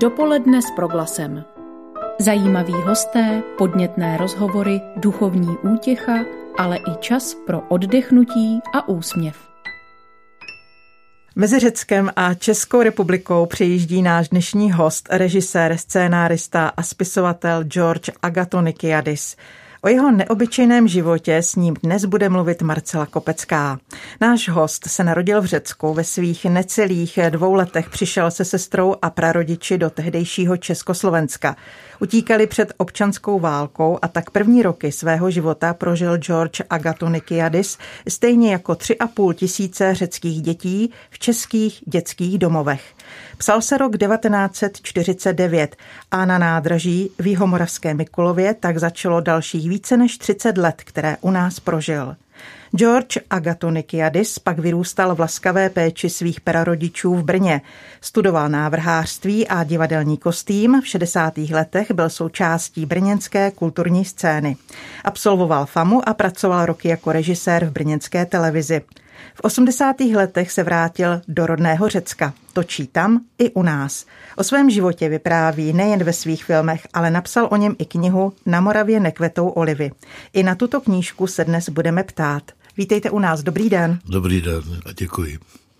Dopoledne s Proglasem. Zajímaví hosté, podnětné rozhovory, duchovní útěcha, ale i čas pro oddechnutí a úsměv. Mezi Řeckem a Českou republikou přijíždí náš dnešní host, režisér, scénárista a spisovatel George Agathonikiadis. O jeho neobyčejném životě s ním dnes bude mluvit Marcela Kopecká. Náš host se narodil v Řecku, ve svých necelých 2 letech přišel se sestrou a prarodiči do tehdejšího Československa. Utíkali před občanskou válkou a tak první roky svého života prožil George Agathonikiadis stejně jako 3,5 tisíce řeckých dětí v českých dětských domovech. Psal se rok 1949 a na nádraží v Jihomoravské Mikulově tak začalo dalších více než 30 let, které u nás prožil. George Agathonikiadis pak vyrůstal v laskavé péči svých prarodičů v Brně. Studoval návrhářství a divadelní kostým, v 60. letech byl součástí brněnské kulturní scény. Absolvoval FAMU a pracoval roky jako režisér v brněnské televizi. V 80. letech se vrátil do rodného Řecka. Točí tam i u nás. O svém životě vypráví nejen ve svých filmech, ale napsal o něm i knihu Na Moravě nekvetou olivy. I na tuto knížku se dnes budeme ptát. Vítejte u nás, dobrý den. Dobrý den a děkuji.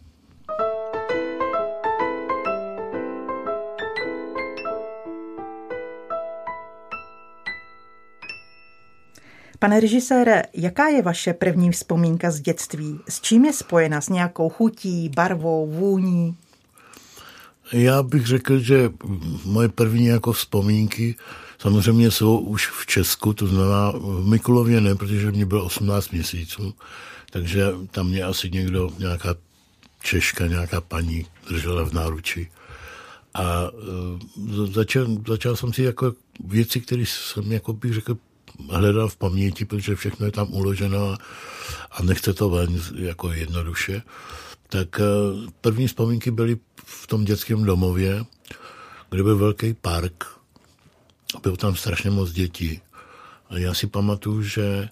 Pane režisére, jaká je vaše první vzpomínka z dětství? S čím je spojena? S nějakou chutí, barvou, vůní? Já bych řekl, že moje první jako vzpomínky samozřejmě jsou už v Česku, to znamená v Mikulově ne, protože mě bylo 18 měsíců, takže tam mě asi někdo, nějaká Češka, nějaká paní držela v náruči. A začal jsem si jako věci, které jsem, jako bych řekl, hledal v paměti, protože všechno je tam uloženo a nechce to ven jako jednoduše. Tak první vzpomínky byly v tom dětském domově, kde byl velký park. Bylo tam strašně moc dětí. A já si pamatuju, že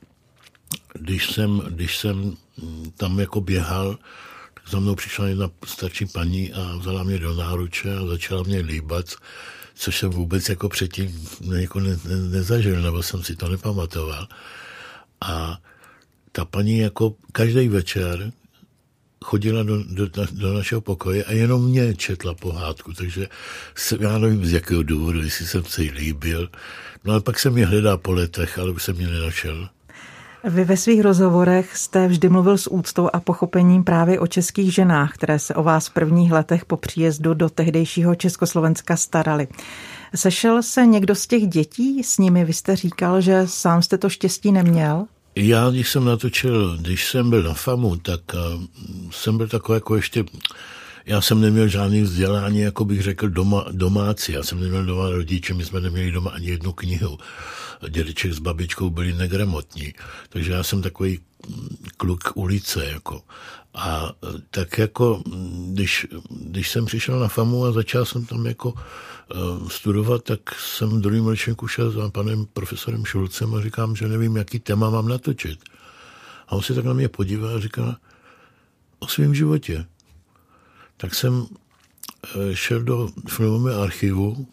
když jsem tam jako běhal, tak za mnou přišla jedna starší paní a vzala mě do náruče a začala mě líbat, což jsem vůbec jako předtím jako nezažil, nebo jsem si to nepamatoval. A ta paní jako každý večer chodila do našeho pokoje a jenom mě četla pohádku, takže já nevím z jakého důvodu, jestli jsem se jí líbil. No ale pak jsem je hledal po letech, ale už jsem je nenašel. Vy ve svých rozhovorech jste vždy mluvil s úctou a pochopením právě o českých ženách, které se o vás v prvních letech po příjezdu do tehdejšího Československa starali. Sešel se někdo z těch dětí s nimi? Vy jste říkal, že sám jste to štěstí neměl? Já, když jsem natočil, když jsem byl na FAMu, tak jsem byl takový jako ještě, já jsem neměl žádný vzdělání, jako bych řekl, domácí. Já jsem neměl doma rodiče, my jsme neměli doma ani jednu knihu. Dědeček s babičkou byli negramotní, takže já jsem takový kluk ulice, jako. A tak jako, když jsem přišel na FAMu a začal jsem tam jako studovat, tak jsem v druhém ročníku šel za panem profesorem Šulcem a říkám, že nevím, jaký téma mám natočit. A on se tak na mě podíval a říkal o svém životě. Tak jsem šel do filmového archivu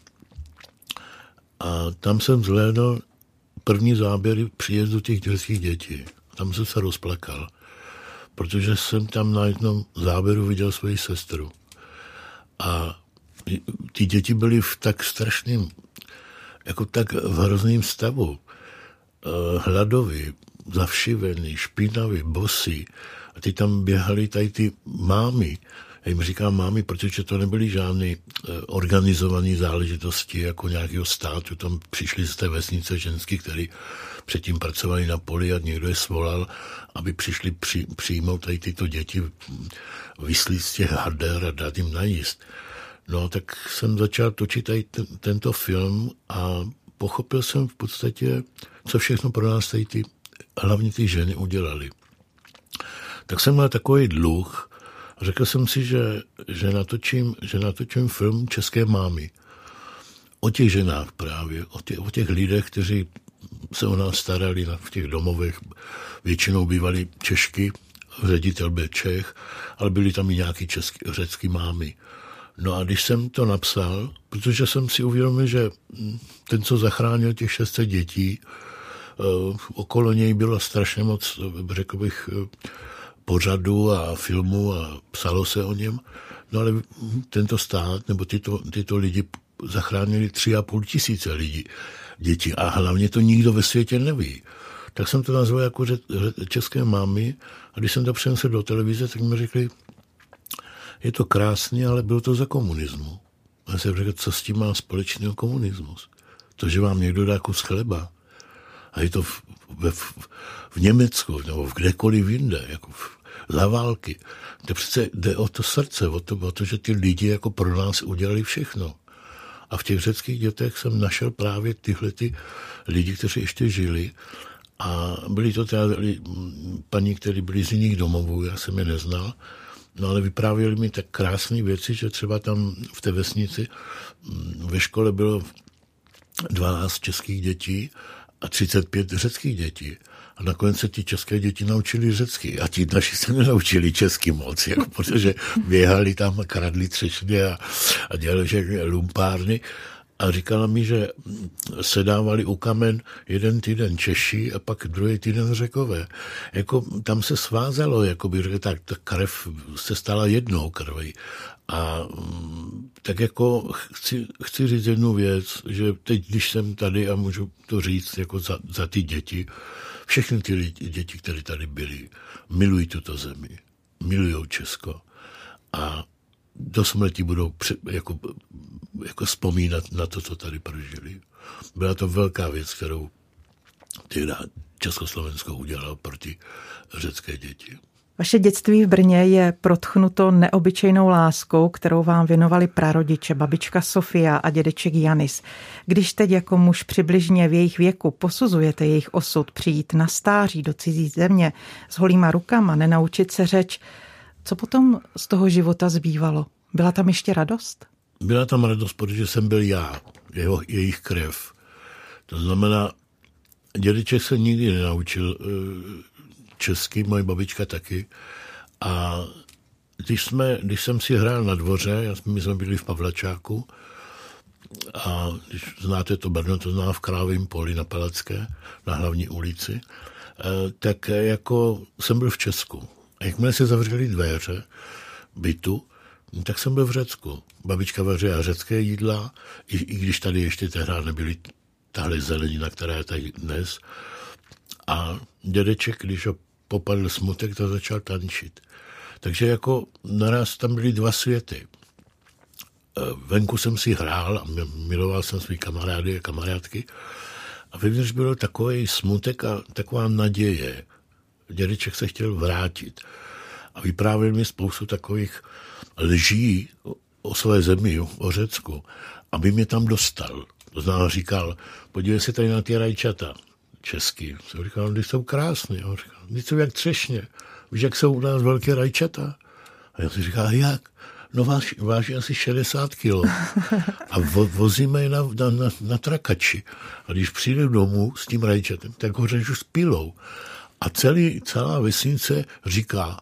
a tam jsem zhlédl první záběry příjezdu těch dětských dětí. Tam jsem se rozplakal, protože jsem tam na jednom záběru viděl svoji sestru. A ty děti byly v tak strašným, jako tak v hrozným stavu. Hladový, zavšivený, špinavý, bosý. A ty tam běhali tady ty mámy. Já jim říkám mámy, protože to nebyly žádné organizované záležitosti jako nějakého státu. Tam přišli z té vesnice ženský, který předtím pracovali na poli a někdo je svolal, aby přišli přijmout tady tyto děti, vyslít z těch harder a dát jim najíst. No, tak jsem začal točit tady tento film a pochopil jsem v podstatě, co všechno pro nás tady hlavně ty ženy udělali. Tak jsem měl takový dluh a řekl jsem si, že natočím film České mámy. O těch ženách právě, o těch lidech, kteří se o nás starali v těch domovech. Většinou bývali Češky, ředitel byl Čech, ale byli tam i nějaký řecký mámy. No a když jsem to napsal, protože jsem si uvědomil, že ten, co zachránil těch 600 dětí, okolo něj bylo strašně moc, řekl bych, pořadu a filmu a psalo se o něm. No ale tento stát, nebo tyto lidi zachránili 3,5 tisíce lidí, dětí. A hlavně to nikdo ve světě neví. Tak jsem to nazval jako české mámy a když jsem to přenesl do televize, tak mi řekli, je to krásný, ale bylo to za komunismu. A já jsem řekl, co s tím má společného komunismus? To, že vám někdo dá kus chleba. A je to v Německu nebo v kdekoliv jinde, jako za války. To přece jde o to srdce, o to, že ty lidi jako pro nás udělali všechno. A v těch řeckých dětech jsem našel právě tyhle ty lidi, kteří ještě žili. A byli to teda paní, kteří byli z jiných domovů, já jsem je neznal. No ale vyprávěli mi tak krásné věci, že třeba tam v té vesnici ve škole bylo 12 českých dětí a 35 řeckých dětí. A nakonec se ty české děti naučili řecky. A ti naši se nenaučili česky moc, jako, protože běhali tam a kradli třešně a dělali lumpárny. A říkala mi, že se dávali u kamen jeden týden Češi a pak druhý týden Řekové. Jako tam se svázalo, jako by řekl, tak ta krev se stala jednou krví. A tak jako chci říct jednu věc, že teď, když jsem tady a můžu to říct jako za ty děti, všechny ty děti, které tady byly, milují tuto zemi, milují Česko a do smrti budou jako vzpomínat na to, co tady prožili. Byla to velká věc, kterou Československo udělalo proti řecké děti. Vaše dětství v Brně je protchnuto neobyčejnou láskou, kterou vám věnovali prarodiče, babička Sofia a dědeček Janis. Když teď jako muž přibližně v jejich věku posuzujete jejich osud přijít na stáří do cizí země s holýma rukama, nenaučit se řeč, co potom z toho života zbývalo? Byla tam ještě radost? Byla tam radost, protože jsem byl já, jejich krev. To znamená, dědeček se nikdy nenaučil česky, moje babička taky. A když jsem si hrál na dvoře, my jsme byli v Pavlačáku, a když znáte to Brno, to zná v Krávém poli na Palacké, na hlavní ulici, tak jako jsem byl v Česku. A jakmile se zavřely dveře bytu, tak jsem byl v Řecku. Babička vařila řecké jídla, i když tady ještě tehdy nebyly tahle zelenina, která je tady dnes. A dědeček, když ho popadl smutek, to začal tančit. Takže jako naraz tam byly dva světy. Venku jsem si hrál a miloval jsem svý kamarády a kamarádky. A vevnitř byl takový smutek a taková naděje. Dědeček se chtěl vrátit. A vyprávěl mi spoustu takových lží o své zemi, o Řecku, aby mě tam dostal. To znamená, říkal, podívej se tady na ty rajčata český. Jsem říkal, když jsou krásné. On říkal, když jsou jak třešně. Víš, jak jsou u nás velké rajčata? A já si říkal, jak? No váží asi 60 kilo. A vozíme je na trakači. A když přijde domů s tím rajčatem, tak ho řežu s pilou. A celá vesnice říká,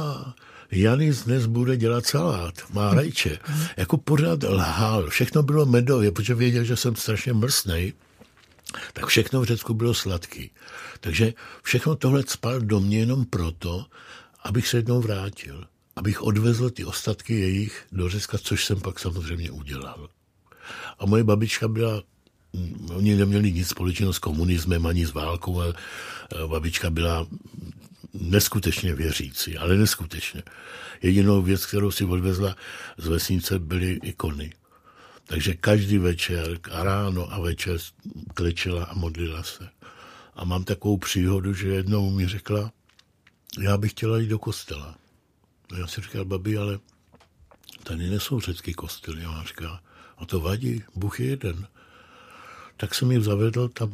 Janis dnes bude dělat salát, má rajče. Jako pořád lhal, všechno bylo medově, protože věděl, že jsem strašně mrsnej, tak všechno v Řecku bylo sladký. Takže všechno tohle cpal do mě jenom proto, abych se jednou vrátil. Abych odvezl ty ostatky jejich do Řecka, což jsem pak samozřejmě udělal. A moje babička byla, oni neměli nic společného s komunismem ani s válkou, a babička byla neskutečně věřící, ale neskutečně. Jedinou věc, kterou si odvezla z vesnice, byly ikony. Takže každý večer, a ráno a večer klečela a modlila se. A mám takovou příhodu, že jednou mi řekla, já bych chtěla jít do kostela. A já si říkal, babi, ale tady nejsou řecký kostely. A ona říká, a to vadí, Bůh je jeden. Tak jsem ji zavedl tam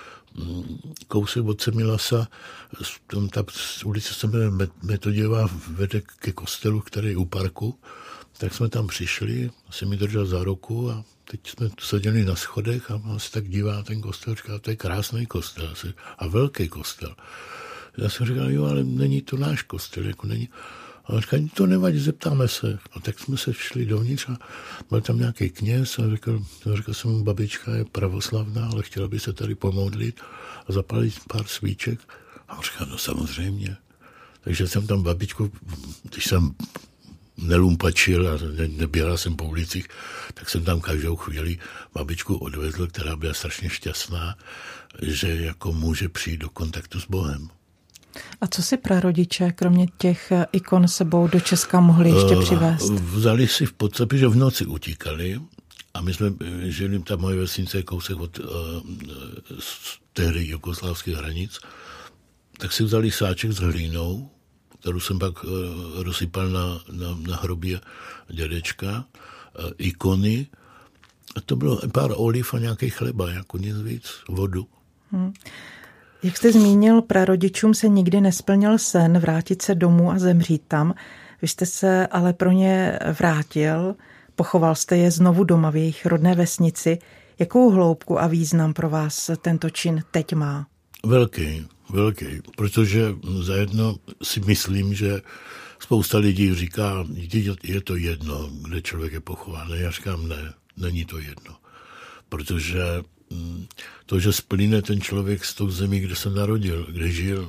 kousek od Semilasa, ta ulice se jmenuje Metodějeva, vede ke kostelu, který je u parku. Tak jsme tam přišli, asi mi držel za ruku a teď jsme seděli na schodech a on se tak dívá na ten kostel, říká, to je krásný kostel a velký kostel. Já jsem říkal, jo, ale není to náš kostel, jako není. A on říkal, to nevadí, zeptáme se. No tak jsme se šli dovnitř a byl tam nějaký kněz a řekl jsem mu, babička je pravoslavná, ale chtěla by se tady pomodlit a zapalit pár svíček. A on říkal, no samozřejmě. Takže jsem tam babičku, když jsem nelumpačil a neběhal jsem po ulicích, tak jsem tam každou chvíli babičku odvezl, která byla strašně šťastná, že jako může přijít do kontaktu s Bohem. A co si prarodiče, kromě těch ikon sebou do Česka mohli ještě přivést? Vzali si v podstatě, že v noci utíkali a my jsme žili, ta moje vesnice kousek od tehdy jugoslávských hranic, tak si vzali sáček s hlínou, kterou jsem pak rozsypal na hrobě dědečka, ikony. A to bylo pár oliv a nějaký chleba, jako nic víc, vodu. Jak jste zmínil, prarodičům se nikdy nesplnil sen vrátit se domů a zemřít tam. Vy jste se ale pro ně vrátil, pochoval jste je znovu doma v jejich rodné vesnici. Jakou hloubku a význam pro vás tento čin teď má? Velký, protože zajedno si myslím, že spousta lidí říká, je to jedno, kde člověk je pochován. Já říkám, ne, není to jedno. Protože to, že splyne ten člověk s tou zemí, kde se narodil, kde žil,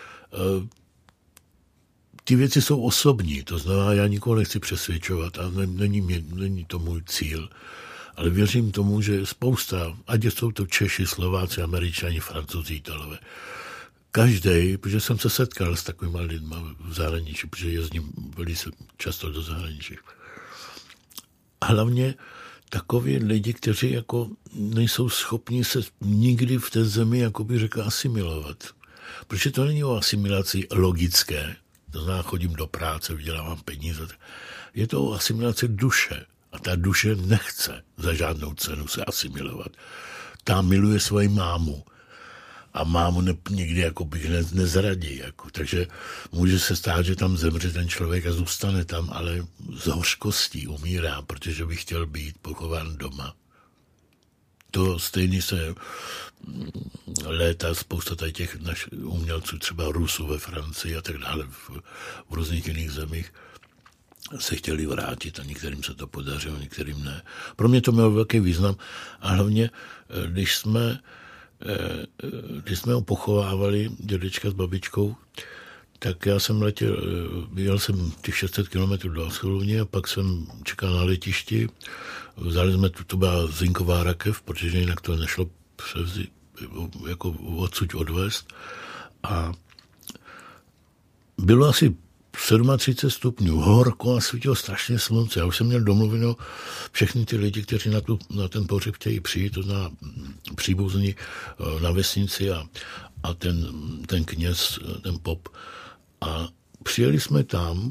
ty věci jsou osobní, to znamená, já nikoho nechci přesvědčovat a není to můj cíl. Ale věřím tomu, že spousta, ať jsou to Češi, Slováci, Američani, Francouzi, Italové, každý, protože jsem se setkal s takovými lidmi v zahraničí, protože jezdím velice často do zahraničí. Hlavně takoví lidi, kteří jako nejsou schopni se nikdy v té zemi, jako by řekl, asimilovat. Protože to není o asimilaci logické, to znamená, chodím do práce, vydělávám peníze. Je to o asimilaci duše. A ta duše nechce za žádnou cenu se asimilovat. Ta miluje svoji mámu. A mámu nikdy jako bych nezradí. Jako. Takže může se stát, že tam zemře ten člověk a zůstane tam, ale z hořkostí umírá, protože by chtěl být pochován doma. To stejný se léta spousta tady těch umělců, třeba Rusů ve Francii a tak dále, v různých jiných zemích, se chtěli vrátit a některým se to podařilo, některým ne. Pro mě to mělo velký význam a hlavně, když jsme ho pochovávali, dědečka s babičkou, tak já jsem jel jsem těch 600 kilometrů do Askeluně a pak jsem čekal na letišti. Vzali jsme, to byla zinková rakev, protože jinak to nešlo jako odsud odvést. A bylo asi 37 stupňů, horko a svítilo strašně slunce. Já už jsem měl domluveno všechny ty lidi, kteří na ten pohřeb chtějí přijít, to znamená příbuzní na vesnici a ten kněz, ten pop. A přijeli jsme tam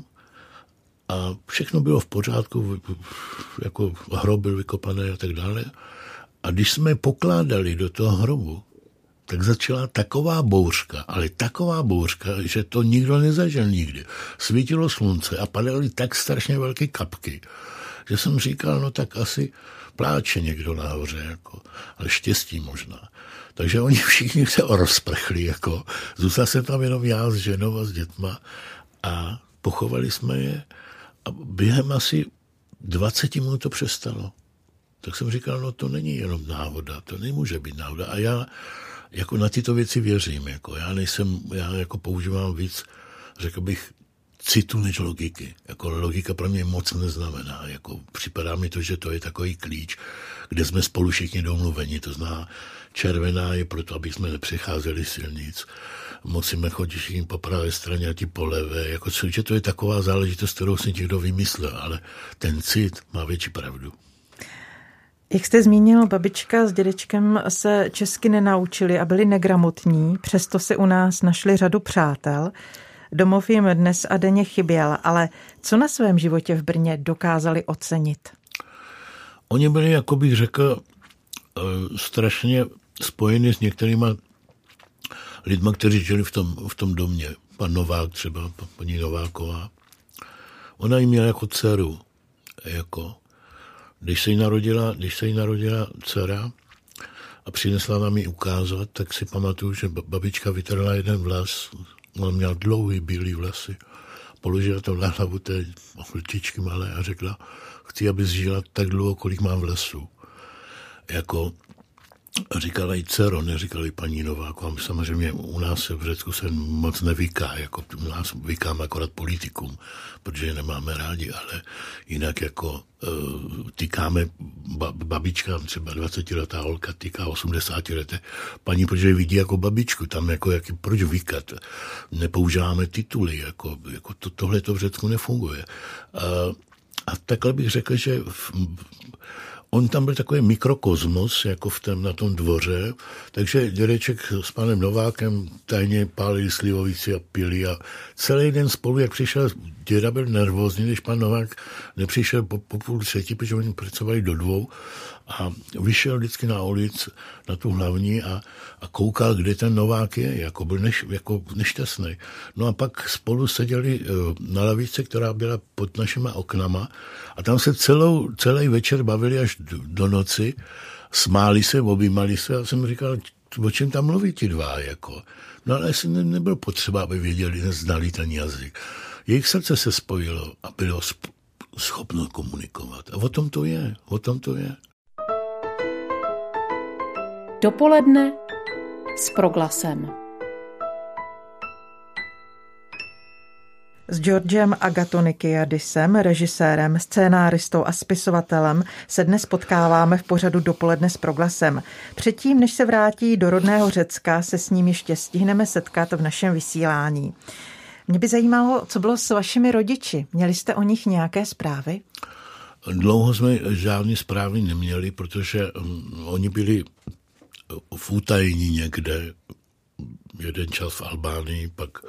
a všechno bylo v pořádku, jako hrob byl vykopaný a tak dále. A když jsme pokládali do toho hrobu, tak začala taková bouřka, ale taková bouřka, že to nikdo nezažil nikdy. Svítilo slunce a padaly tak strašně velké kapky, že jsem říkal, no tak asi pláče někdo nahoře, jako, ale štěstí možná. Takže oni všichni se rozprchli, jako. Zůstal jsem tam jenom já s ženou a s dětma a pochovali jsme je a během asi 20 minut to přestalo. Tak jsem říkal, no to není jenom náhoda, to nemůže být náhoda. A já jako na tyto věci věřím. Jako. Já jako používám víc, řekl bych, citu než logiky. Jako logika pro mě moc neznamená. Jako připadá mi to, že to je takový klíč, kde jsme spolu všichni domluveni. To znamená, červená je proto, aby jsme nepřecházeli silnic. Musíme chodit všichni po pravé straně a ti po levé. Jako, že to je taková záležitost, kterou si někdo vymyslel, ale ten cit má větší pravdu. Jak jste zmínil, babička s dědečkem se česky nenaučili a byli negramotní, přesto si u nás našli řadu přátel. Domov jim dnes a denně chyběl, ale co na svém životě v Brně dokázali ocenit? Oni byli, jako bych řekl, strašně spojeni s některýma lidma, kteří žili v tom domě. Pan Novák třeba, paní Nováková. Ona jim měla jako dceru, jako. Když se jí narodila dcera a přinesla nám ji ukázat, tak si pamatuju, že babička vytrhla jeden vlas, ona měla dlouhý bílý vlasy, položila to na hlavu té holčičky malé a řekla, chci, abys žila tak dlouho, kolik mám v lesu. Jako říkala jí dcero, neříkala jí paní Nováková. Samozřejmě u nás v Řecku se moc nevyká, jako u nás vykáme akorát politikům, protože je nemáme rádi, ale jinak jako tykáme babičkám, třeba 20letá holka týká 80leté paní, protože vidí jako babičku, tam jako proč vykat. Nepoužíváme tituly, jako tohle to v Řecku nefunguje. A takhle bych řekl, že on tam byl takový mikrokosmos, jako na tom dvoře, takže dědeček s panem Novákem tajně pálili slivovici a pili a celý den spolu, jak přišel, děda byl nervózní, když pan Novák nepřišel po 2:30, protože oni pracovali do 2 a vyšel vždycky na ulici, na tu hlavní a koukal, kde ten Novák je, jako byl nešťastný. No a pak spolu seděli na lavice, která byla pod našima oknama a tam se celý večer bavili až do noci, smáli se, objímali se a jsem říkal, o čem tam mluví ti dva, jako. No ale asi nebylo potřeba, aby věděli, znali ten jazyk. Jejich srdce se spojilo a bylo schopno komunikovat. A o tom to je. Dopoledne s Proglasem. S Georgem Agatonikiadisem, režisérem, scénáristou a spisovatelem se dnes potkáváme v pořadu Dopoledne s Proglasem. Předtím, než se vrátí do rodného Řecka, se s ním ještě stihneme setkat v našem vysílání. Mě by zajímalo, co bylo s vašimi rodiči. Měli jste o nich nějaké zprávy? Dlouho jsme žádné zprávy neměli, protože oni byli v utajení někde, jeden čas v Albánii, pak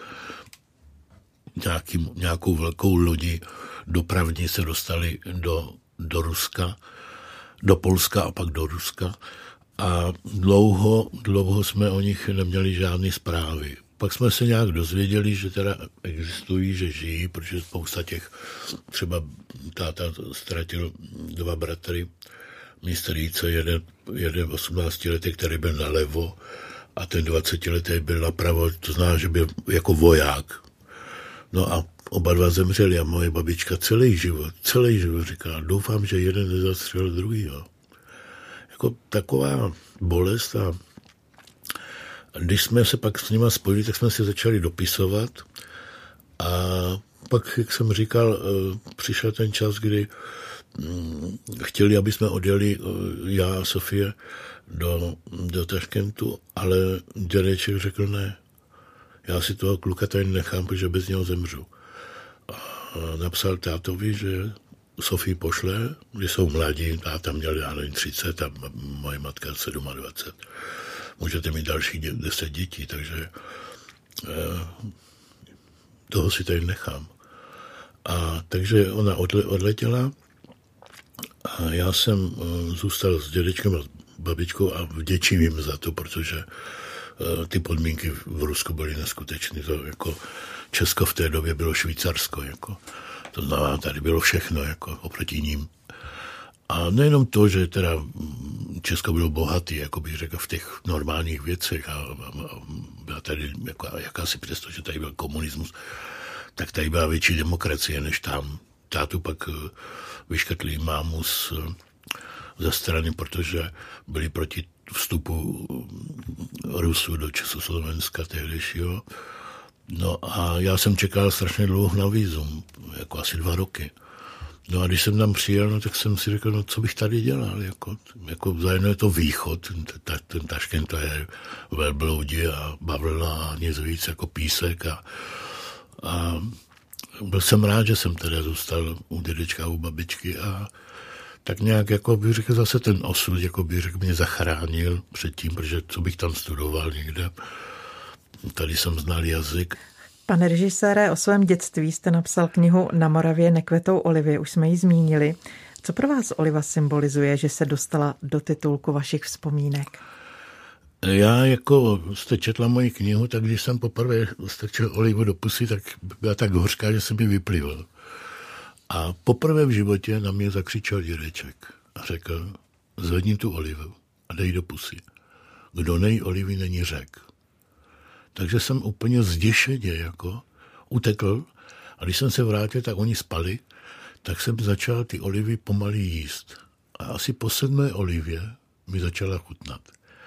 nějakou velkou lodi dopravní se dostali do Ruska, do Polska a pak do Ruska. A dlouho jsme o nich neměli žádné zprávy. Pak jsme se nějak dozvěděli, že teda existují, že žijí, protože spousta těch, třeba táta ztratil 2 bratry, mý strýce, jeden 18letý, který byl nalevo a ten 20letý byl napravo, to znamená, že byl jako voják. No a oba 2 zemřeli a moje babička celý život říkala, doufám, že jeden nezastřelil druhýho. Jako taková bolest a když jsme se pak s nima spojili, tak jsme se začali dopisovat a pak, jak jsem říkal, přišel ten čas, kdy chtěli, aby jsme odjeli, já a Sofie, do Taškentu, ale dědeček řekl ne. Já si toho kluka tady nechám, protože bez něho zemřu. A napsal tátovi, že Sofii pošle, že jsou mladí, táta měl, já nevím, 30 a moje matka 27. Můžete mít další 10 dětí, takže toho si tady nechám. A takže ona odletěla a já jsem zůstal s dědečkem a babičkou a vděčím jim za to, protože ty podmínky v Rusku byly neskutečné. To jako Česko v té době bylo Švýcarsko. Jako. To znamená, tady bylo všechno jako oproti ním. A nejenom to, že teda Česko bylo bohatý, jako bych řekl, v těch normálních věcech a byla tady jako jakási přesto, že tady byl komunismus, tak tady byla větší demokracie než tam. Tátu pak vyškrtli mámu ze strany, protože byli proti vstupu Rusů do Československa tehdejšího. No a já jsem čekal strašně dlouho na vízum, jako asi 2 roky. No a když jsem tam přijel, no, tak jsem si řekl, no co bych tady dělal, jako vzájemně je to východ, ten Taškent to je velbloudi a bavlna a nic víc, jako písek a byl jsem rád, že jsem teda zůstal u dědečka, u babičky a tak nějak, jako bych řekl, zase ten osud, jako bych řekl, mě zachránil předtím, protože co bych tam studoval někde, tady jsem znal jazyk. Pane režisére, o svém dětství jste napsal knihu Na Moravě nekvetou olivy, už jsme ji zmínili. Co pro vás oliva symbolizuje, že se dostala do titulku vašich vzpomínek? Já, jako jste četla moji knihu, tak když jsem poprvé strčil olivu do pusy, tak byla tak hořká, že jsem ji vyplivl. A poprvé v životě na mě zakřičel dědeček a řekl, zvedni tu olivu a dej do pusy. Kdo nejí olivy, není Řek. Takže jsem úplně zděšeně jako utekl A když jsem se vrátil, tak oni spali, tak jsem začal ty olivy pomalu jíst. A asi po 7. olivě mi začala chutnat.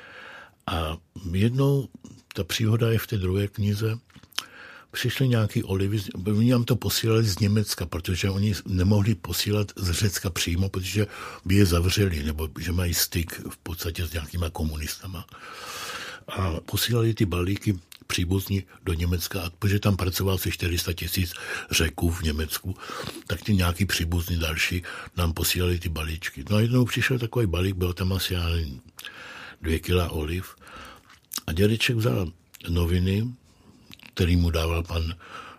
A jednou, ta příhoda je v té druhé knize, přišly nějaký olivy, oni nám to posílali z Německa, protože oni nemohli posílat z Řecka přímo, protože by je zavřeli, nebo že mají styk v podstatě s nějakýma komunistama. A posílali ty balíky příbuzní do Německa, a protože tam pracoval asi 400 000 Řeků v Německu, tak ty nějaký příbuzní další nám posílali ty balíčky. No a jednou přišel takový balík, byl tam asi 2 kila oliv a dědeček vzal noviny, který mu dával pan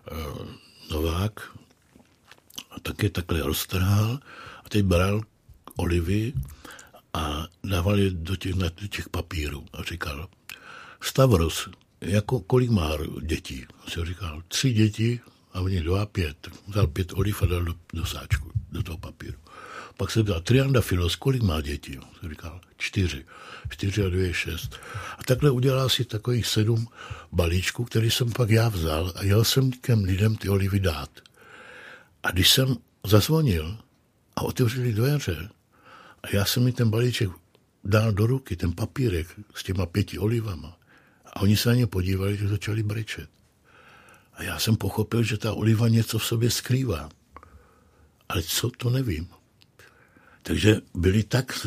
Novák, a tak je takhle roztrhal a teď bral olivy a dával je do těch papírů a říkal: Stavros, kolik má dětí? A jsem říkal: 3 děti a oni 2, 5. Vzal 5 oliv a dal do sáčku, do toho papíru. Pak se ptal: Triandafilos, kolik má dětí? A jsem říkal: 4. 4 a 2 je 6. A takhle udělal si takových 7 balíčků, který jsem pak já vzal a jel jsem těm lidem ty olivy dát. A když jsem zazvonil a otevřeli dveře a já jsem mi ten balíček dal do ruky, ten papírek s těma 5 olivama, a oni se na ně podívali, že začali brečet. A já jsem pochopil, že ta oliva něco v sobě skrývá. Ale co, to nevím. Takže byli tak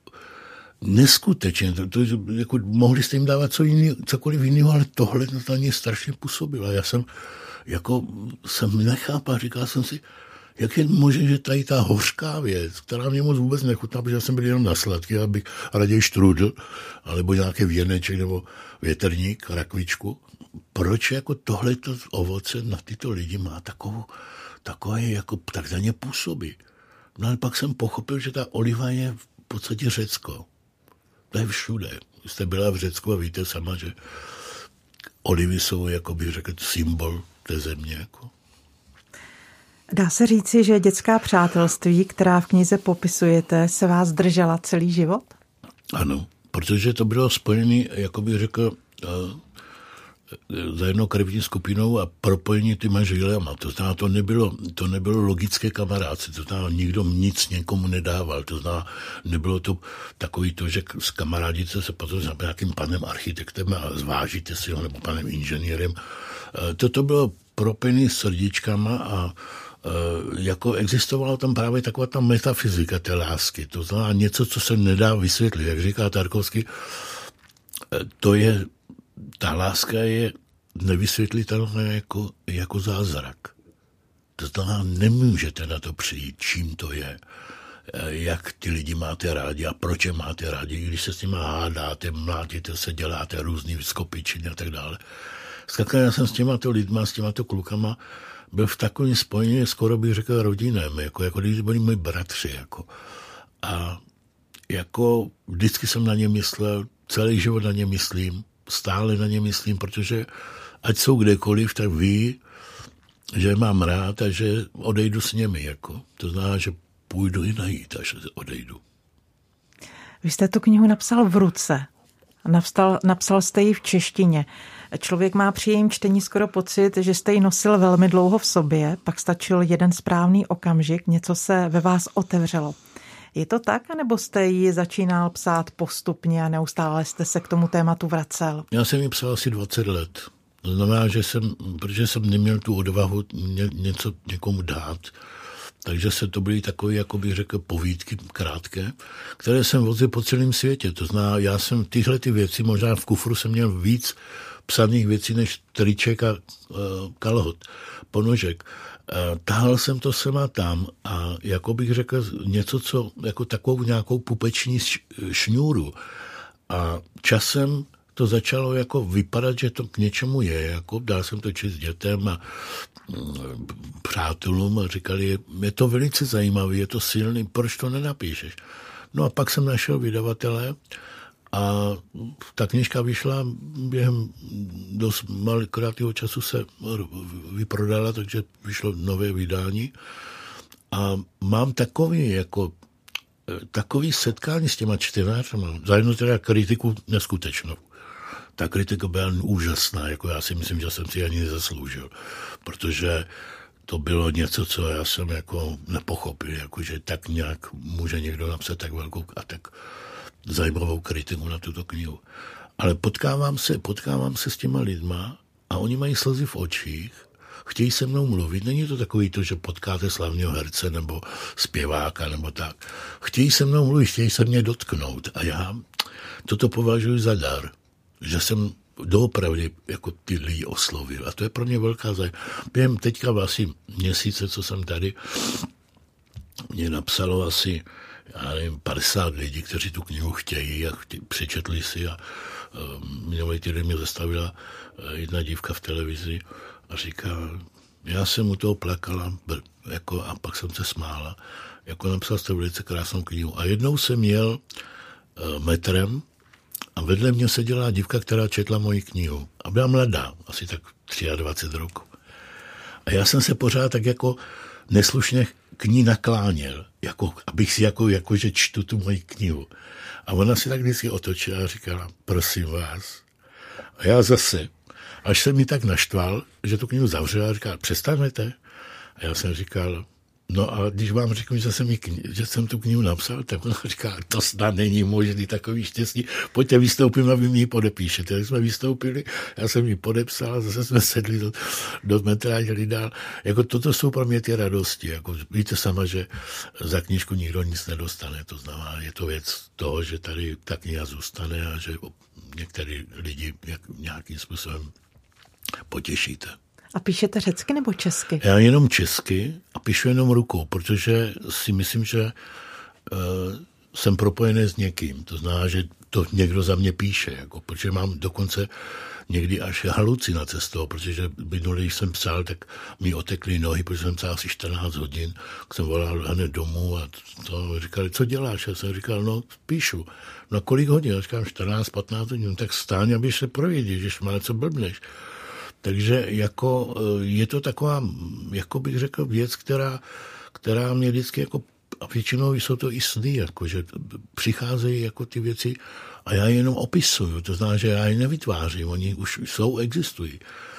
neskutečně, jako mohli jste jim dávat cokoliv jiného, ale tohle na ně strašně působilo. Já jsem nechápal, říkal jsem si, jak je možné, že tady ta hořká věc, která mě moc vůbec nechutná, protože já jsem byl jenom na sladky, abych raději štrudl, alebo nějaké věneček, nebo větrník, rakvičku. Proč jako tohleto ovoce na tyto lidi má takové jako tak za ně působí? No ale pak jsem pochopil, že ta oliva je v podstatě Řecko. To je všude. Jste byla v Řecku a víte sama, že olivy jsou, jako bych řekl, symbol té země. Jako. Dá se říci, že dětská přátelství, která v knize popisujete, se vás držela celý život? Ano, protože to bylo spojené, jako bych řekl, za jednou krevní skupinou a propojení těma žilema. To znamená, to nebylo logické kamarádství, to znamená, nikdo nic někomu nedával, to znamená, nebylo to takový to, že skamarádíte se potom s nějakým panem architektem a zvážíte si ho, nebo panem inženýrem. Toto bylo propojené s srdíčkama a jako existovala tam právě taková ta metafyzika té lásky, to znamená něco, co se nedá vysvětlit, jak říká Tarkovský, ta láska je nevysvětlitelná jako zázrak. To znamená, nemůžete na to přijít, čím to je, jak ty lidi máte rádi a proč je máte rádi, když se s nimi hádáte, mlátíte se, děláte různý skopičiny a tak dále. Zkrátka já jsem s těmato lidma, s těmato klukama byl v takovém spojení, skoro bych řekl rodinem, jako když byli moji bratři. Jako. A jako vždycky jsem na ně myslel, celý život na ně myslím, stále na ně myslím, protože ať jsou kdekoliv, tak ví, že je mám rád a že odejdu s nimi. Jako. To znamená, že půjdu i najít, až odejdu. Vy jste tu knihu napsal v ruce. Napsal jste ji v češtině. Člověk má při jejím čtení skoro pocit, že jste ji nosil velmi dlouho v sobě, pak stačil jeden správný okamžik, něco se ve vás otevřelo. Je to tak, anebo jste ji začínal psát postupně a neustále jste se k tomu tématu vracel? Já jsem ji psal asi 20 let. To znamená, protože jsem neměl tu odvahu něco někomu dát, takže to byly takové, jako bych řekl, povídky krátké, které jsem vozil po celém světě. To znamená, já jsem tyhle ty věci, možná v kufru jsem měl víc psaných věcí než triček a kalhot, ponožek. Tahal jsem to sem a tam a jako bych řekl něco, co jako takovou nějakou pupeční šňůru. A časem to začalo jako vypadat, že to k něčemu je. Jako dal jsem to číst dětem a přátelům a říkali, je to velice zajímavé, je to silný, proč to nenapíšeš? No a pak jsem našel vydavatele a ta knížka vyšla během dost krátého času se vyprodala, takže vyšlo nové vydání. A mám takový setkání s těma čtenářema, zájemno teda kritiku neskutečnou. Ta kritika byla úžasná, jako já si myslím, že jsem si ani nezasloužil, protože to bylo něco, co já jsem jako nepochopil, jako že tak nějak může někdo napsat tak velkou a tak zajímavou kritiku na tuto knihu. Ale potkávám se s těma lidma a oni mají slzy v očích, chtějí se mnou mluvit. Není to takový to, že potkáte slavného herce nebo zpěváka nebo tak. Chtějí se mnou mluvit, chtějí se mě dotknout. A já toto považuji za dar, že jsem doopravdy jako ty lidi oslovil. A to je pro mě velká zajímavost. Během teďka asi měsíce, co jsem tady, mě napsalo asi, já nevím, 50 lidí, kteří tu knihu chtějí a přečetli si a minulý týden mě zastavila jedna dívka v televizi a říká, já jsem u toho plakala jako, a pak jsem se smála. Jako napsal jste velice krásnou knihu. A jednou jsem jel metrem a vedle mě seděla dívka, která četla moji knihu. A byla mladá, asi tak 23 roku. A já jsem se pořád tak jako neslušně k ní nakláněl, jako, abych si jako že čtu tu moji knihu. A ona si tak vždycky otočila a říkala, prosím vás. A já zase, až jsem mi tak naštval, že tu knihu zavřela a říkala, přestanete? A já jsem říkal, no a když vám řeknu, že jsem tu knihu napsal, tak ona říká, to snad není možný takový štěstí, pojďte vystoupím a vy mi ji podepíšete. Tak jsme vystoupili, já jsem ji podepsal, zase jsme sedli do metra a jeli dál. Jako toto jsou pro mě ty radosti. Jako, víte sama, že za knížku nikdo nic nedostane. To znamená, je to věc toho, že tady ta kniha zůstane a že některý lidi nějakým způsobem potěšíte. A píšete řecky nebo česky? Já jenom česky a píšu jenom rukou, protože si myslím, že jsem propojený s někým. To znamená, že to někdo za mě píše, jako, protože mám dokonce někdy až halucinace z toho, protože minulý, když jsem psal, tak mi otekly nohy, protože jsem psal asi 14 hodin, tak jsem volal hned domů a to říkali, co děláš? Já jsem říkal, no píšu. No kolik hodin? Já říkám 14, 15 hodin, tak stáň, aby se prověděl, že má něco blbneš. Takže jako je to taková, jako bych řekl, věc, která mě vždycky jako, a většinou jsou to i sny, jako, že přicházejí jako ty věci a já je jenom opisuju, to znamená, že já je nevytvářím, oni už jsou, existují.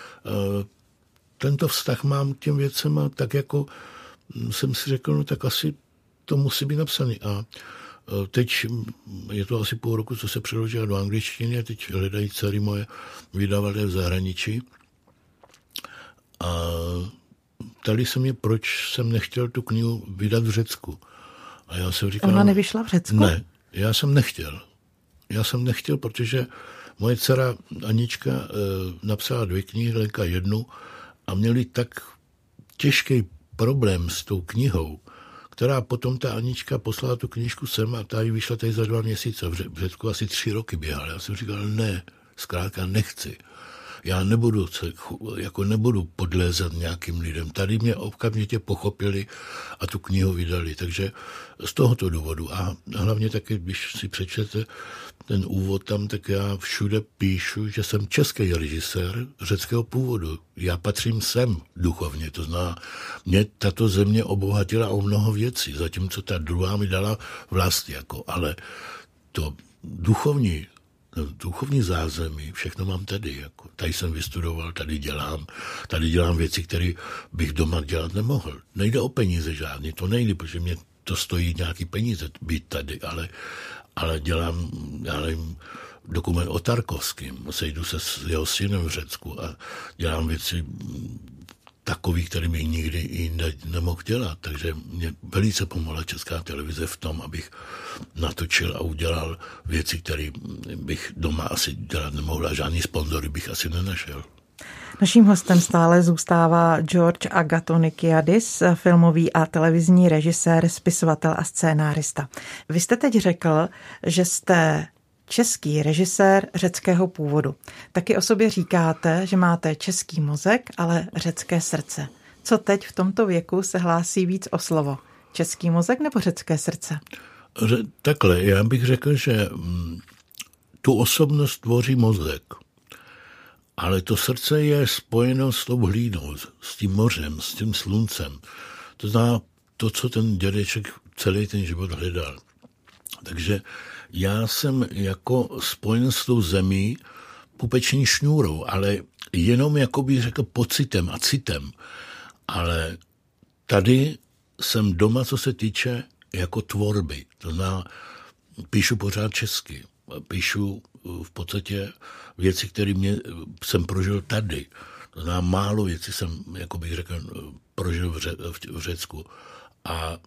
Tento vztah mám k těm věcem a tak jako jsem si řekl, no tak asi to musí být napsané. A teď je to asi půl roku, co se přeložila do angličtiny a teď hledají dcery moje vydavatelé v zahraničí. A ptali se mě, proč jsem nechtěl tu knihu vydat v Řecku. A já jsem říkal... Ona nevyšla v Řecku? Ne, já jsem nechtěl, protože moje dcera Anička napsala 2 knihy, Lenka 1 a měli tak těžký problém s tou knihou, která potom ta Anička poslala tu knížku sem a ta ji vyšla tady za 2 měsíce. V Řecku asi 3 roky běhala. Já jsem říkal, ne, zkrátka nechci. Já nebudu podlézat nějakým lidem. Tady mě okamžitě pochopili a tu knihu vydali. Takže z tohoto důvodu. A hlavně taky, když si přečtete ten úvod tam, tak já všude píšu, že jsem český režisér řeckého původu. Já patřím sem duchovně. To znamená, mě tato země obohatila o mnoho věcí, zatímco ta druhá mi dala vlast. Jako, ale to duchovní zázemí, všechno mám tady. Jako. Tady jsem vystudoval, tady dělám věci, které bych doma dělat nemohl. Nejde o peníze žádný, to nejde, protože mě to stojí nějaký peníze být tady, ale dělám, já nevím, dokument o Tarkovském, sejdu se s jeho synem v Řecku a dělám věci takový, který bych nikdy jinde nemohl dělat. Takže mě velice pomohla Česká televize v tom, abych natočil a udělal věci, které bych doma asi dělat nemohl a žádný sponzory bych asi nenašel. Naším hostem stále zůstává George Agathonikiadis, filmový a televizní režisér, spisovatel a scénárista. Vy jste teď řekl, že jste český režisér řeckého původu. Taky o sobě říkáte, že máte český mozek, ale řecké srdce. Co teď v tomto věku se hlásí víc o slovo? Český mozek nebo řecké srdce? Takhle, já bych řekl, že tu osobnost tvoří mozek, ale to srdce je spojeno s tou hlínou, s tím mořem, s tím sluncem. To znamená to, co ten dědeček celý ten život hledal. Takže já jsem jako spojen s tou zemí pupeční šňůrou, ale jenom, jako bych řekl, pocitem a citem. Ale tady jsem doma, co se týče jako tvorby. To znamená, píšu pořád česky. Píšu v podstatě věci, které jsem prožil tady. To znamená, málo věcí jsem, jako bych řekl, prožil v Řecku. A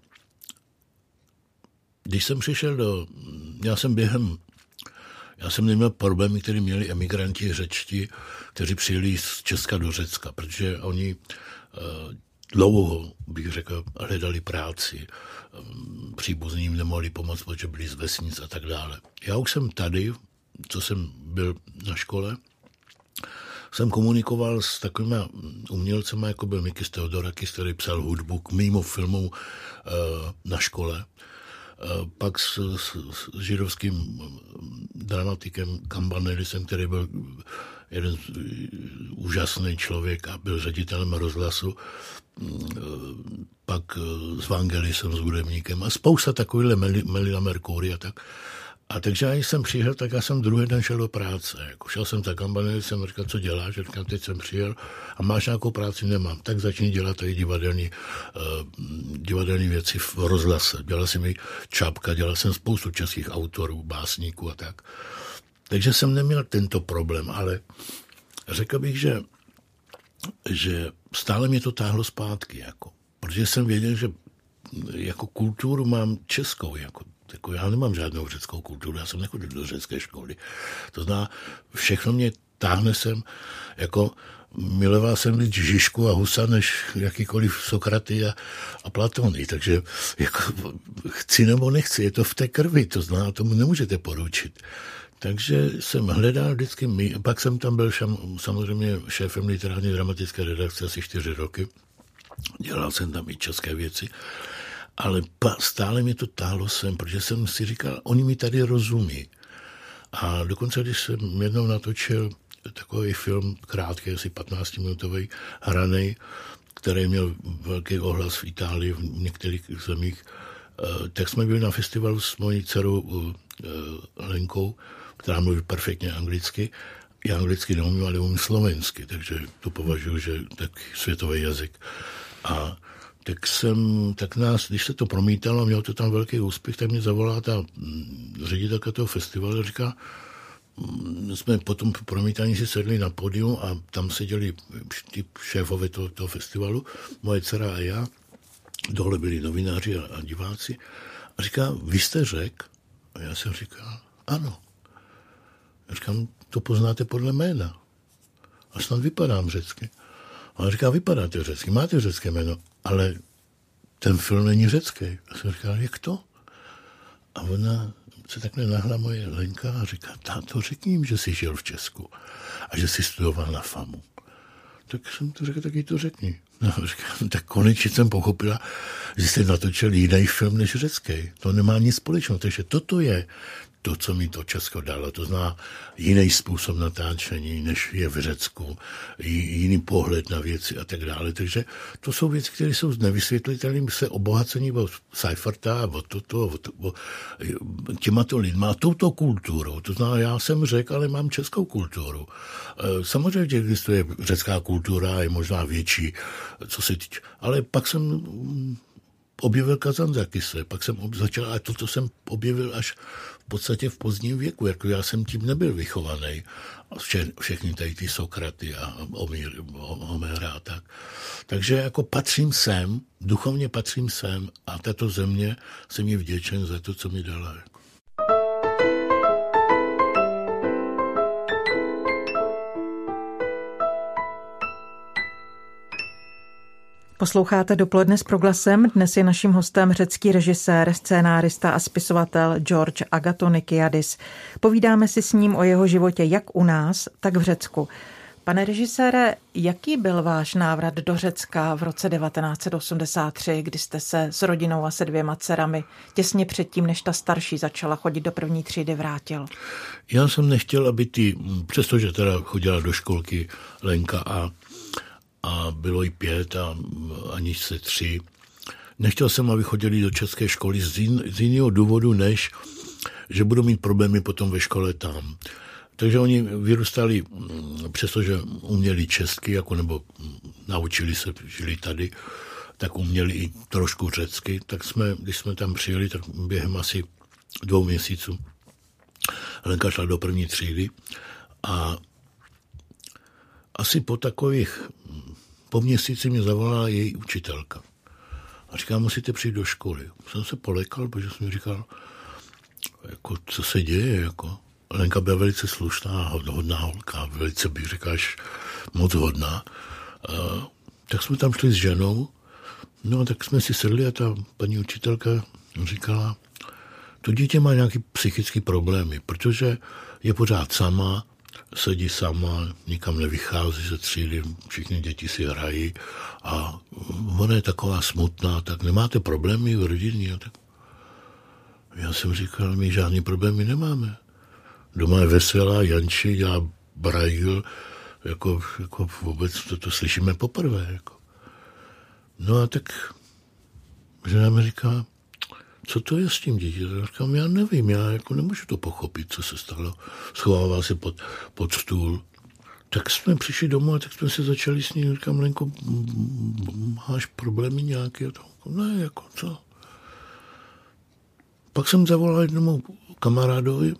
když jsem přišel já jsem neměl problémy, které měli emigranti řečtí, kteří přijeli z Česka do Řecka, protože oni dlouho, bych řekl, hledali práci, příbuzní jim nemohli pomoct, protože byli z vesnic a tak dále. Já už jsem tady, co jsem byl na škole, jsem komunikoval s takovými umělcemi, jako byl Mikis Theodorakis, který psal hudbu k mimo filmů na škole. Pak s židovským dramatikem Kambanelisem, který byl jeden úžasný člověk a byl ředitelem rozhlasu. Pak s Vangelisem, s hudebníkem a spousta takovýhle Melina Mercouri a tak. A takže já jsem přijel, tak já jsem druhý den šel do práce. Jako šel jsem za Kambaneli, jsem říkal, co děláš? Říkám, teď jsem přijel a máš nějakou práci? Nemám. Tak začni dělat tady divadelní věci v rozhlase. Dělal jsem i Čapka, dělal jsem spoustu českých autorů, básníků a tak. Takže jsem neměl tento problém, ale řekl bych, že stále mě to táhlo zpátky, jako, protože jsem věděl, že jako kulturu mám českou, jako já nemám žádnou řeckou kulturu, já jsem nechodil do řecké školy. To znamená, všechno mě táhne sem, jako miloval jsem víc Žižku a Husa, než jakýkoliv Sokraty a Platony. Takže jako, chci nebo nechci, je to v té krvi, to znamená, tomu nemůžete poručit. Takže jsem hledal vždycky, pak jsem tam byl samozřejmě šéfem literární dramatické redakce asi 4 roky. Dělal jsem tam i české věci. Ale stále mě to táhlo sem, protože jsem si říkal, oni mi tady rozumí. A dokonce, když jsem jednou natočil takový film krátký, asi 15-minutový, hranej, který měl velký ohlas v Itálii, v některých zemích, tak jsme byli na festivalu s mojí dcerou Lenkou, která mluví perfektně anglicky. Já anglicky neumím, ale umím slovensky, takže to považuji, že tak světový jazyk. A tak nás, když se to promítalo, mělo to tam velký úspěch, tak mě zavolá ta ředitelka toho festivalu a říká, jsme potom po promítání si sedli na pódium a tam seděli ty šéfové toho festivalu, moje dcera a já, dole byli novináři a diváci a říká, vy jste Řek? A já jsem říkal, ano. Já říkám, to poznáte podle jména. A snad vypadám řecky. A on říká, vypadáte řecky, máte řecké jméno, ale ten film není řecký. A jsem říkal, jak to? A ona se takhle nahla moje Lenka a říká, táto, řekni jim, že jsi žil v Česku a že jsi studoval na FAMu. Tak jsem to řekl, tak jí to řekni. No, říkám, tak konečně jsem pochopila, že jste natočil jiný film než řecký. To nemá nic společného. Takže toto je to, co mi to Česko dalo. To znamená jiný způsob natáčení, než je v Řecku, jiný pohled na věci a tak dále. Takže to jsou věci, které jsou nevysvětlitelné, se obohacení od Seiferta, od těmato lidma a touto kulturou. To znamená, já jsem Řek, ale mám českou kulturu. Samozřejmě existuje řecká kultura, je možná větší, co se týče. Ale pak jsem objevil Kazantzakise, pak jsem začal, a toto jsem objevil až v podstatě v pozdním věku, jako já jsem tím nebyl vychovaný. Všechny tady ty Sokraty a Homera a tak. Takže jako patřím sem, duchovně patřím sem a tato země jsem jí vděčen za to, co mi dala. Posloucháte Dopoledne s Proglasem. Dnes je naším hostem řecký režisér, scénárista a spisovatel George Agathonikiadis. Povídáme si s ním o jeho životě jak u nás, tak v Řecku. Pane režisére, jaký byl váš návrat do Řecka v roce 1983, kdy jste se s rodinou a se 2 dcerami těsně předtím, než ta starší začala chodit do 1. třídy, vrátil? Já jsem nechtěl, aby přestože teda chodila do školky Lenka a bylo jí 5 a Aničce 3. Nechtěl jsem, aby chodili do české školy z jiného důvodu, než že budou mít problémy potom ve škole tam. Takže oni vyrůstali, přestože uměli česky, jako nebo naučili se, žili tady, tak uměli i trošku řecky, tak když jsme tam přijeli, tak během asi 2 měsíců Lenka šla do 1. třídy a asi po měsíci mě zavolala její učitelka. A říká, musíte přijít do školy. Jsem se polekal, protože jsem mi říkal, jako, co se děje, jako. Lenka byla velice slušná, hodná holka, velice bych řekl, až moc hodná. Tak jsme tam šli s ženou, no tak jsme si sedli a ta paní učitelka říkala, to dítě má nějaké psychické problémy, protože je pořád sama, sedí sama, nikam nevychází ze třídy, všichni děti si hrají a ona je taková smutná, tak nemáte problémy v rodině? Tak já jsem říkal, my žádný problémy nemáme. Doma je veselá, jančí, dělá brajl, jako vůbec to slyšíme poprvé. Jako. No a tak žena mi říká, co to je s tím dítětem? Já říkám, já nevím, já jako nemůžu to pochopit, co se stalo. Schovával se pod stůl. Tak jsme přišli domů a tak jsme se začali s ní. Říkám, Lenko, máš problémy nějaké? Ne, jako co? Pak jsem zavolal jednomu kamarádovi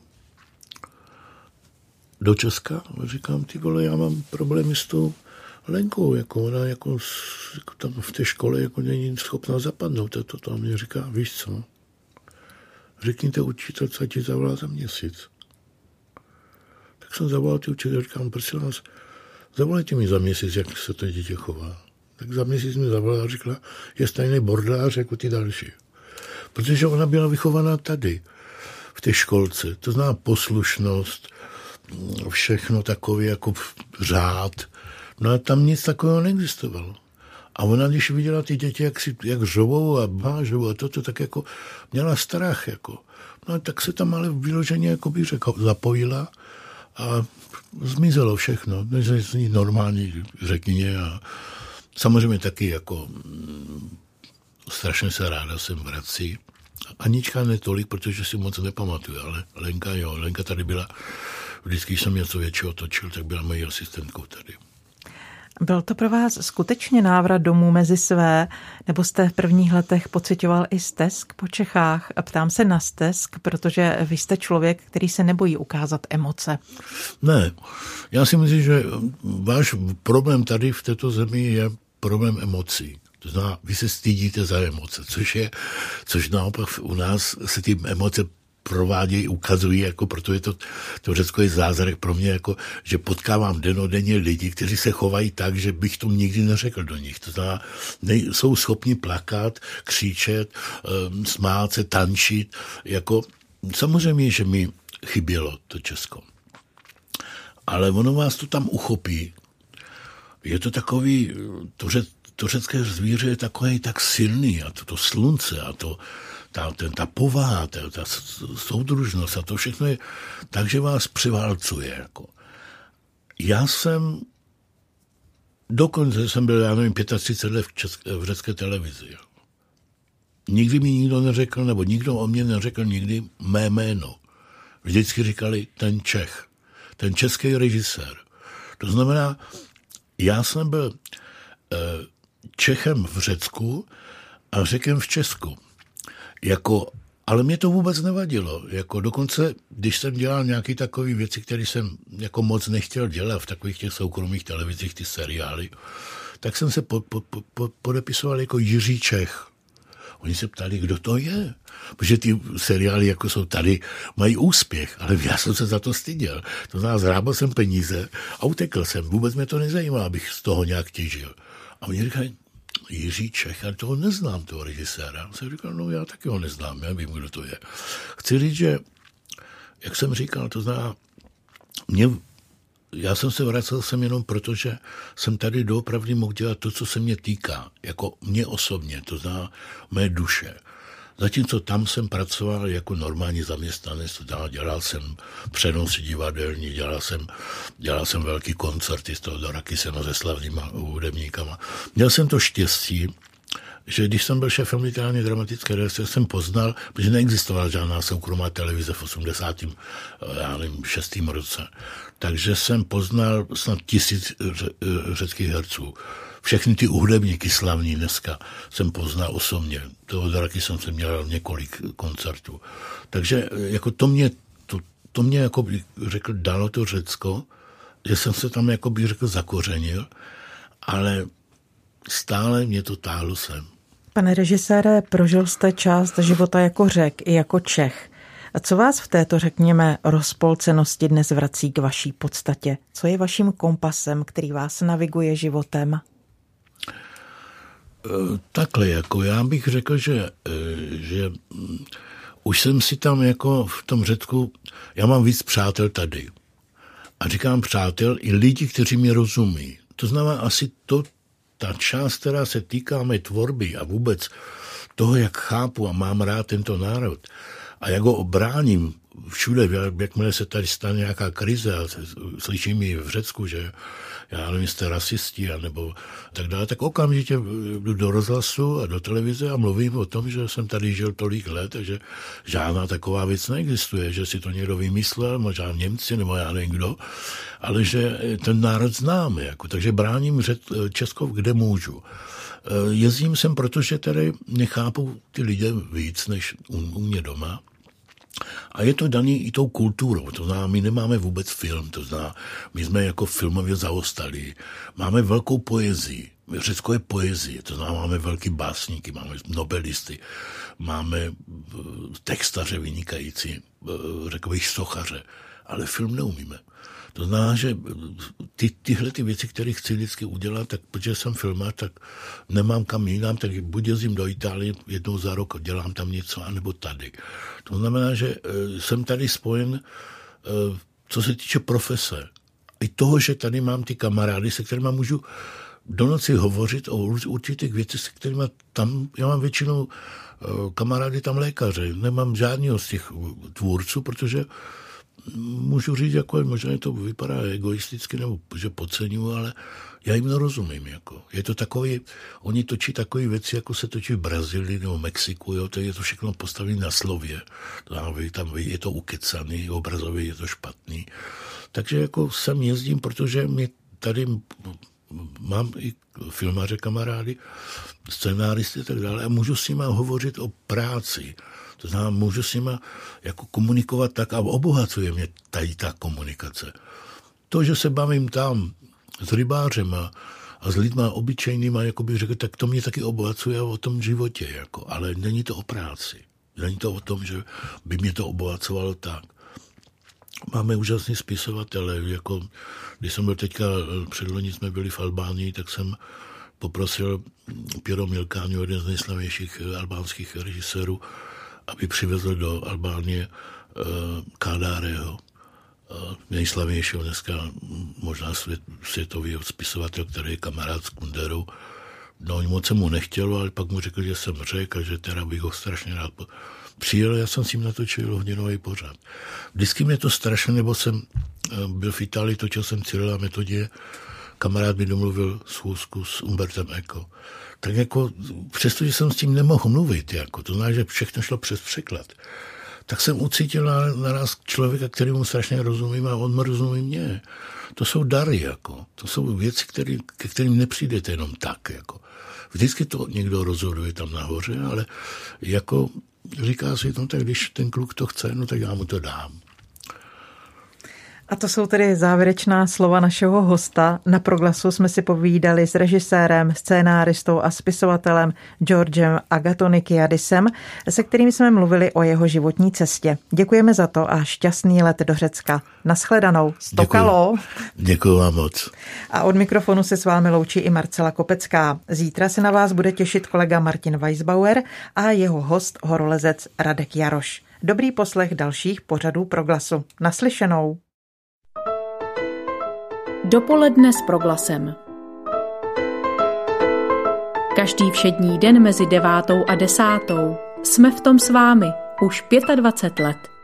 do Česka a říkám, ty vole, já mám problémy s tou Lenkou, jako ona jako tam v té škole jako není schopná zapadnout. A mě říká, víš co? Řekněte učitelce, ti zavolá za měsíc. Tak jsem zavolal ty učitelce, říkám, prosím vás, zavolejte mi za měsíc, jak se to dítě chová. Tak za měsíc mi zavolala a řekla, je stejný bordář jako ty další. Protože ona byla vychovaná tady, v té školce. To znamená poslušnost, všechno takové jako řád. No a tam nic takového neexistovalo. A ona, když viděla ty děti, jak řovou a bážou a toto, tak jako měla strach. Jako. No a tak se tam ale vyloženě, jako bych řekl, zapojila a zmizelo všechno. Než z ní normální řekně a samozřejmě taky jako strašně se ráda sem vrací. Anička netolik, protože si moc nepamatuju, ale Lenka jo. Lenka tady byla, vždycky jsem něco většího točil, tak byla mojí asistentkou tady. Byl to pro vás skutečně návrat domů mezi své, nebo jste v prvních letech pociťoval i stesk po Čechách? A ptám se na stesk, protože vy jste člověk, který se nebojí ukázat emoce. Ne, já si myslím, že váš problém tady v této zemi je problém emocí. To znamená, vy se stydíte za emoce, což naopak u nás se ty emoce provádějí, ukazují, jako proto je to Řecko je zázrak pro mě, jako, že potkávám dennodenně lidi, kteří se chovají tak, že bych to nikdy neřekl do nich. To znamená, jsou schopni plakat, křičet, smát se, tančit. Jako, samozřejmě, že mi chybělo to Česko. Ale ono vás to tam uchopí. Je to takový, to řecké zvíře je takový tak silný a to slunce a ta povaha, ta soudružnost a to všechno je tak, že vás převálcuje. Jako. Já jsem dokonce byl, já nevím, 35 let v řecké televizi. Nikdy mi nikdo neřekl, nebo nikdo o mě neřekl nikdy mé jméno. Vždycky říkali ten Čech, ten český režisér. To znamená, já jsem byl Čechem v Řecku a Řekem v Česku. Ale mě to vůbec nevadilo. Dokonce, když jsem dělal nějaké takové věci, které jsem jako moc nechtěl dělat v takových těch soukromých televizích, ty seriály, tak jsem se podepisoval jako Jiří Čech. Oni se ptali, kdo to je. Protože ty seriály, jako jsou tady, mají úspěch, ale já jsem se za to styděl. To znamená, zhrábal jsem peníze a utekl jsem. Vůbec mě to nezajímalo, abych z toho nějak těžil. A oni říkají, Jiří Čech, já toho neznám, toho režiséra. Já jsem říkal, no já taky ho neznám, já vím, kdo to je. Chci říct, že, jak jsem říkal, to znamená, já jsem se vracel sem jenom proto, že jsem tady doopravdy mohl dělat to, co se mě týká, jako mě osobně, to znamená mé duše. Zatímco tam jsem pracoval jako normální zaměstnanec, dělal jsem přenosy divadelní, dělal jsem velký koncerty z toho do Rakysena se slavnýma hudebníkama. Měl jsem to štěstí, že když jsem byl šéfem literárně dramatické redakce, jsem poznal, protože neexistovala žádná soukromá televize v 86. roce. Takže jsem poznal snad 1000 řeckých herců. Všechny ty hudebníky slavní dneska jsem poznal osobně. Toho Draky jsem se měl několik koncertů. Takže jako to mě jako bych řekl, dalo to Řecko, že jsem se tam jako bych řekl zakořenil, ale stále mě to táhlo sem. Pane režisére, prožil jste část života jako Řek i jako Čech. A co vás v této, řekněme, rozpolcenosti dnes vrací k vaší podstatě? Co je vaším kompasem, který vás naviguje životem? Takhle, jako já bych řekl, že už jsem si tam jako v tom Řecku, já mám víc přátel tady. A říkám přátel i lidi, kteří mi rozumí. To znamená asi ta část, která se týká mé tvorby a vůbec toho, jak chápu a mám rád tento národ a jak ho obráním všude, jakmile se tady stane nějaká krize a slyším ji v Řecku, že já nevím, jste rasisti nebo tak dále, tak okamžitě jdu do rozhlasu a do televize a mluvím o tom, že jsem tady žil tolik let a že žádná taková věc neexistuje, že si to někdo vymyslel, možná Němci nebo já nevím kdo, ale že ten národ znám, jako, takže bráním Česko, kde můžu. Jezdím sem, protože tady nechápu ty lidé víc, než u mě doma. A je to daný i tou kulturou, to znamená, my nemáme vůbec film, to znamená, my jsme jako filmově zaostalí. Máme velkou poezii, Řecko je poezie, to znamená, máme velký básníky, máme nobelisty, máme textaře vynikající, řekl bych sochaře, ale film neumíme. To znamená, že tyhle ty věci, které chci vždycky udělat, tak protože jsem filmář, tak nemám kam jinam, tak buď jezdím do Itálie jednou za rok, dělám tam něco, anebo tady. To znamená, že jsem tady spojen, co se týče profese. I toho, že tady mám ty kamarády, se kterými můžu do noci hovořit o určitých věcech, se kterými tam, já mám většinou kamarády tam lékaře, nemám žádného z těch tvůrců, protože můžu říct, jako možná to vypadá egoisticky nebo že podceňuji, ale já jim nerozumím. Jako. Je to takový, oni točí takové věci, jako se točí v Brazílii nebo Mexiku, jo, to je to všechno postavené na slově. Tam je to ukecaný, obrazově je to špatný. Takže jako sem jezdím, protože my tady mám i filmaře kamarády, scenáristy a tak dále a můžu s nimi hovořit o práci. To znamená, můžu s nima jako komunikovat tak a obohacuje mě tady ta komunikace. To, že se bavím tam s rybářem a s lidma obyčejnýma, jako bych řekl, tak to mě taky obohacuje o tom životě. Jako, ale není to o práci. Není to o tom, že by mě to obohacovalo tak. Máme úžasný spisovatele. Jako, když jsem byl teďka, předloni jsme byli v Albánii, tak jsem poprosil Piero Milkáňu, jeden z nejslavnějších albánských režisérů, aby přivezl do Albánie Kádáreho, nejslavnějšího dneska možná světového spisovatel, který je kamarád s Kunderou. No, moc se mu nechtělo, ale pak mu řekl, že jsem Řek a že teda bych ho strašně rád přijel. Já jsem s ním natočil hodinový pořad. Vždycky mě to strašně, nebo jsem byl v Itálii, točil jsem Cyrila Metodie, kamarád mi domluvil schůzku s Umbertem Eco. Tak jako, přestože jsem s tím nemohl mluvit, jako, to znamená, že všechno šlo přes překlad, tak jsem ucítil naraz člověka, kterému strašně rozumím a on mi rozumí mě. To jsou dary, jako. To jsou věci, ke kterým nepřijdete jenom tak, jako. Vždycky to někdo rozhoduje tam nahoře, ale jako říká si, no tak když ten kluk to chce, no tak já mu to dám. A to jsou tedy závěrečná slova našeho hosta. Na Proglasu jsme si povídali s režisérem, scénáristou a spisovatelem Georgem Agatonikiadisem, se kterým jsme mluvili o jeho životní cestě. Děkujeme za to a šťastný let do Řecka. Naschledanou. Stokalo. Děkuji vám moc. A od mikrofonu se s vámi loučí i Marcela Kopecká. Zítra se na vás bude těšit kolega Martin Weisbauer a jeho host horolezec Radek Jaroš. Dobrý poslech dalších pořadů Proglasu. Naslyšenou. Dopoledne s Proglasem. Každý všední den mezi 9. a 10. jsme v tom s vámi už 25 let.